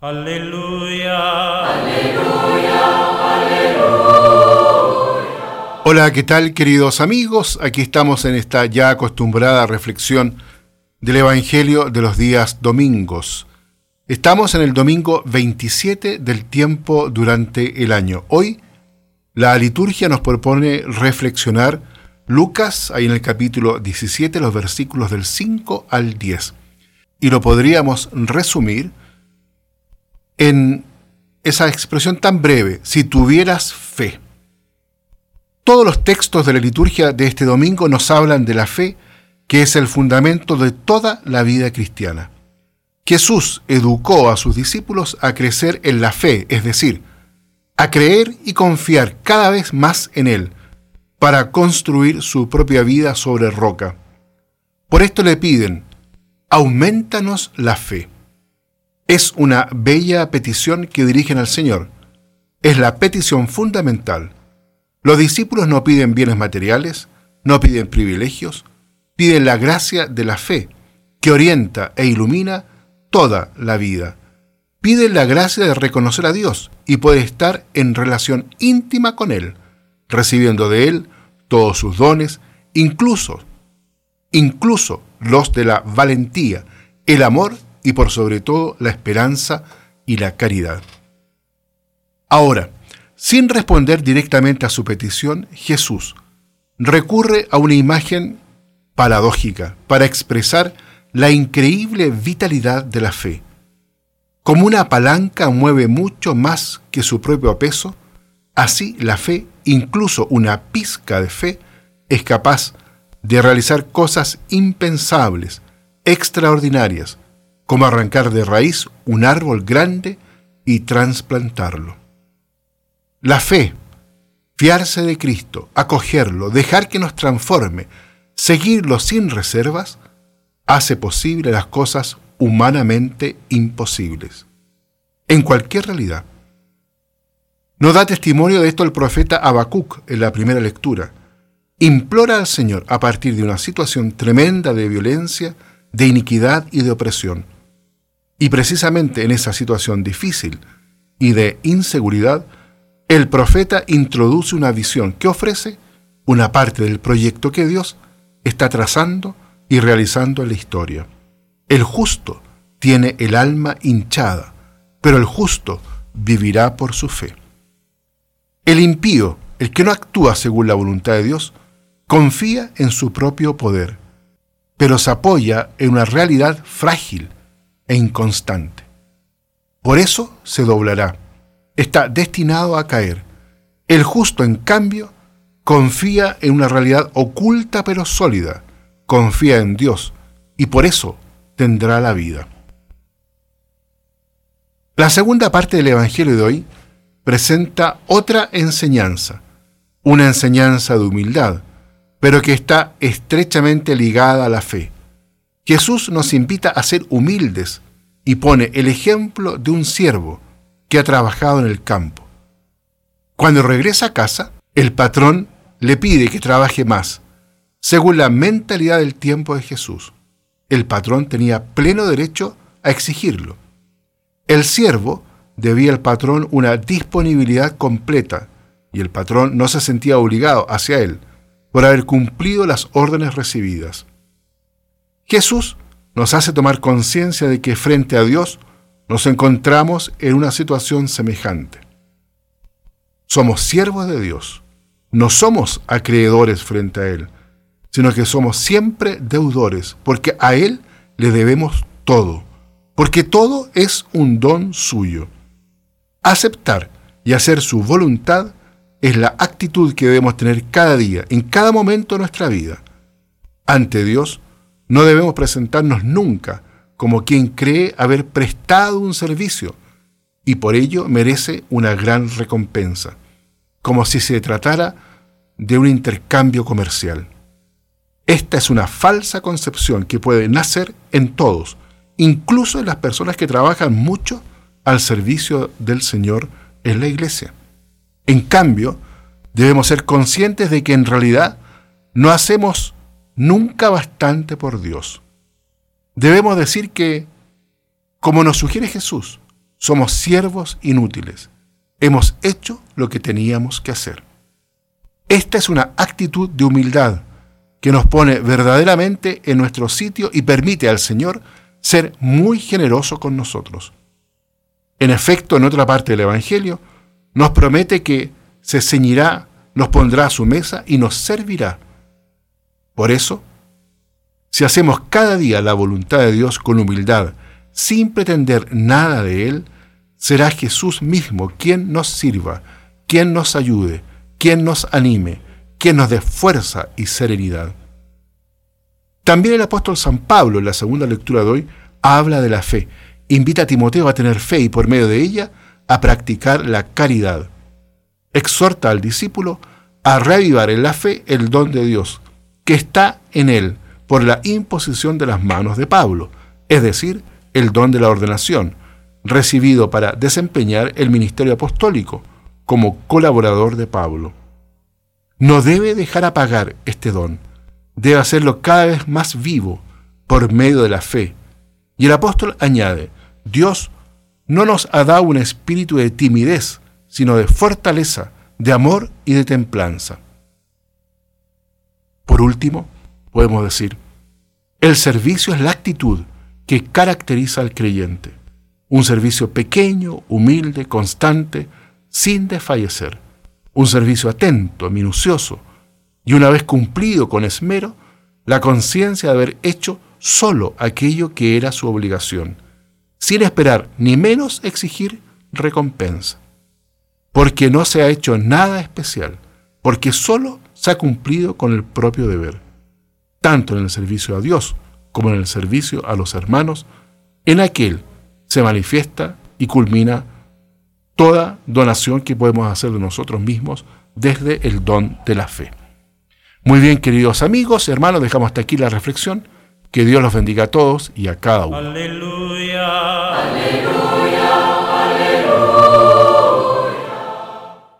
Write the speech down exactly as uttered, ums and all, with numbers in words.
Aleluya. Aleluya, aleluya. Hola, ¿qué tal, queridos amigos? Aquí estamos en esta ya acostumbrada reflexión del Evangelio de los días domingos. Estamos en el domingo veintisiete del tiempo durante el año. Hoy la liturgia nos propone reflexionar Lucas, ahí en el capítulo diecisiete, los versículos del cinco al diez. Y lo podríamos resumir en esa expresión tan breve: si tuvieras fe. Todos los textos de la liturgia de este domingo nos hablan de la fe, que es el fundamento de toda la vida cristiana. Jesús educó a sus discípulos a crecer en la fe, es decir, a creer y confiar cada vez más en Él, para construir su propia vida sobre roca. Por esto le piden: aumentanos la fe. Es una bella petición que dirigen al Señor. Es la petición fundamental. Los discípulos no piden bienes materiales, no piden privilegios, piden la gracia de la fe, que orienta e ilumina toda la vida. Piden la gracia de reconocer a Dios y poder estar en relación íntima con Él, recibiendo de Él todos sus dones, incluso, incluso los de la valentía, el amor y por sobre todo la esperanza y la caridad. Ahora, sin responder directamente a su petición, Jesús recurre a una imagen paradójica para expresar la increíble vitalidad de la fe. Como una palanca mueve mucho más que su propio peso, así la fe, incluso una pizca de fe, es capaz de realizar cosas impensables, extraordinarias, como arrancar de raíz un árbol grande y trasplantarlo. La fe, fiarse de Cristo, acogerlo, dejar que nos transforme, seguirlo sin reservas, hace posible las cosas humanamente imposibles, en cualquier realidad. Nos da testimonio de esto el profeta Habacuc en la primera lectura. Implora al Señor a partir de una situación tremenda de violencia, de iniquidad y de opresión. Y precisamente en esa situación difícil y de inseguridad, el profeta introduce una visión que ofrece una parte del proyecto que Dios está trazando y realizando en la historia. El justo tiene el alma hinchada, pero el justo vivirá por su fe. El impío, el que no actúa según la voluntad de Dios, confía en su propio poder, pero se apoya en una realidad frágil e inconstante. Por eso se doblará, está destinado a caer. El justo, en cambio, confía en una realidad oculta pero sólida, confía en Dios y por eso tendrá la vida. La segunda parte del Evangelio de hoy presenta otra enseñanza, una enseñanza de humildad, pero que está estrechamente ligada a la fe. Jesús nos invita a ser humildes y pone el ejemplo de un siervo que ha trabajado en el campo. Cuando regresa a casa, el patrón le pide que trabaje más, según la mentalidad del tiempo de Jesús. El patrón tenía pleno derecho a exigirlo. El siervo debía al patrón una disponibilidad completa y el patrón no se sentía obligado hacia él por haber cumplido las órdenes recibidas. Jesús nos hace tomar conciencia de que frente a Dios nos encontramos en una situación semejante. Somos siervos de Dios, no somos acreedores frente a Él, sino que somos siempre deudores, porque a Él le debemos todo, porque todo es un don suyo. Aceptar y hacer su voluntad es la actitud que debemos tener cada día, en cada momento de nuestra vida. Ante Dios, no debemos presentarnos nunca como quien cree haber prestado un servicio y por ello merece una gran recompensa, como si se tratara de un intercambio comercial. Esta es una falsa concepción que puede nacer en todos, incluso en las personas que trabajan mucho al servicio del Señor en la iglesia. En cambio, debemos ser conscientes de que en realidad no hacemos nunca bastante por Dios. Debemos decir que, como nos sugiere Jesús, somos siervos inútiles. Hemos hecho lo que teníamos que hacer. Esta es una actitud de humildad que nos pone verdaderamente en nuestro sitio y permite al Señor ser muy generoso con nosotros. En efecto, en otra parte del Evangelio, nos promete que se ceñirá, nos pondrá a su mesa y nos servirá. Por eso, si hacemos cada día la voluntad de Dios con humildad, sin pretender nada de Él, será Jesús mismo quien nos sirva, quien nos ayude, quien nos anime, quien nos dé fuerza y serenidad. También el apóstol San Pablo, en la segunda lectura de hoy, habla de la fe. Invita a Timoteo a tener fe y por medio de ella a practicar la caridad. Exhorta al discípulo a reavivar en la fe el don de Dios, que está en él por la imposición de las manos de Pablo, es decir, el don de la ordenación, recibido para desempeñar el ministerio apostólico como colaborador de Pablo. No debe dejar apagar este don, debe hacerlo cada vez más vivo por medio de la fe. Y el apóstol añade, Dios no nos ha dado un espíritu de timidez, sino de fortaleza, de amor y de templanza. Por último, podemos decir, el servicio es la actitud que caracteriza al creyente. Un servicio pequeño, humilde, constante, sin desfallecer. Un servicio atento, minucioso, y una vez cumplido con esmero, la conciencia de haber hecho solo aquello que era su obligación, sin esperar ni menos exigir recompensa. Porque no se ha hecho nada especial, porque solo se ha cumplido con el propio deber, tanto en el servicio a Dios como en el servicio a los hermanos. En aquel se manifiesta y culmina toda donación que podemos hacer de nosotros mismos desde el don de la fe. Muy bien, queridos amigos, hermanos, dejamos hasta aquí la reflexión. Que Dios los bendiga a todos y a cada uno. Aleluya.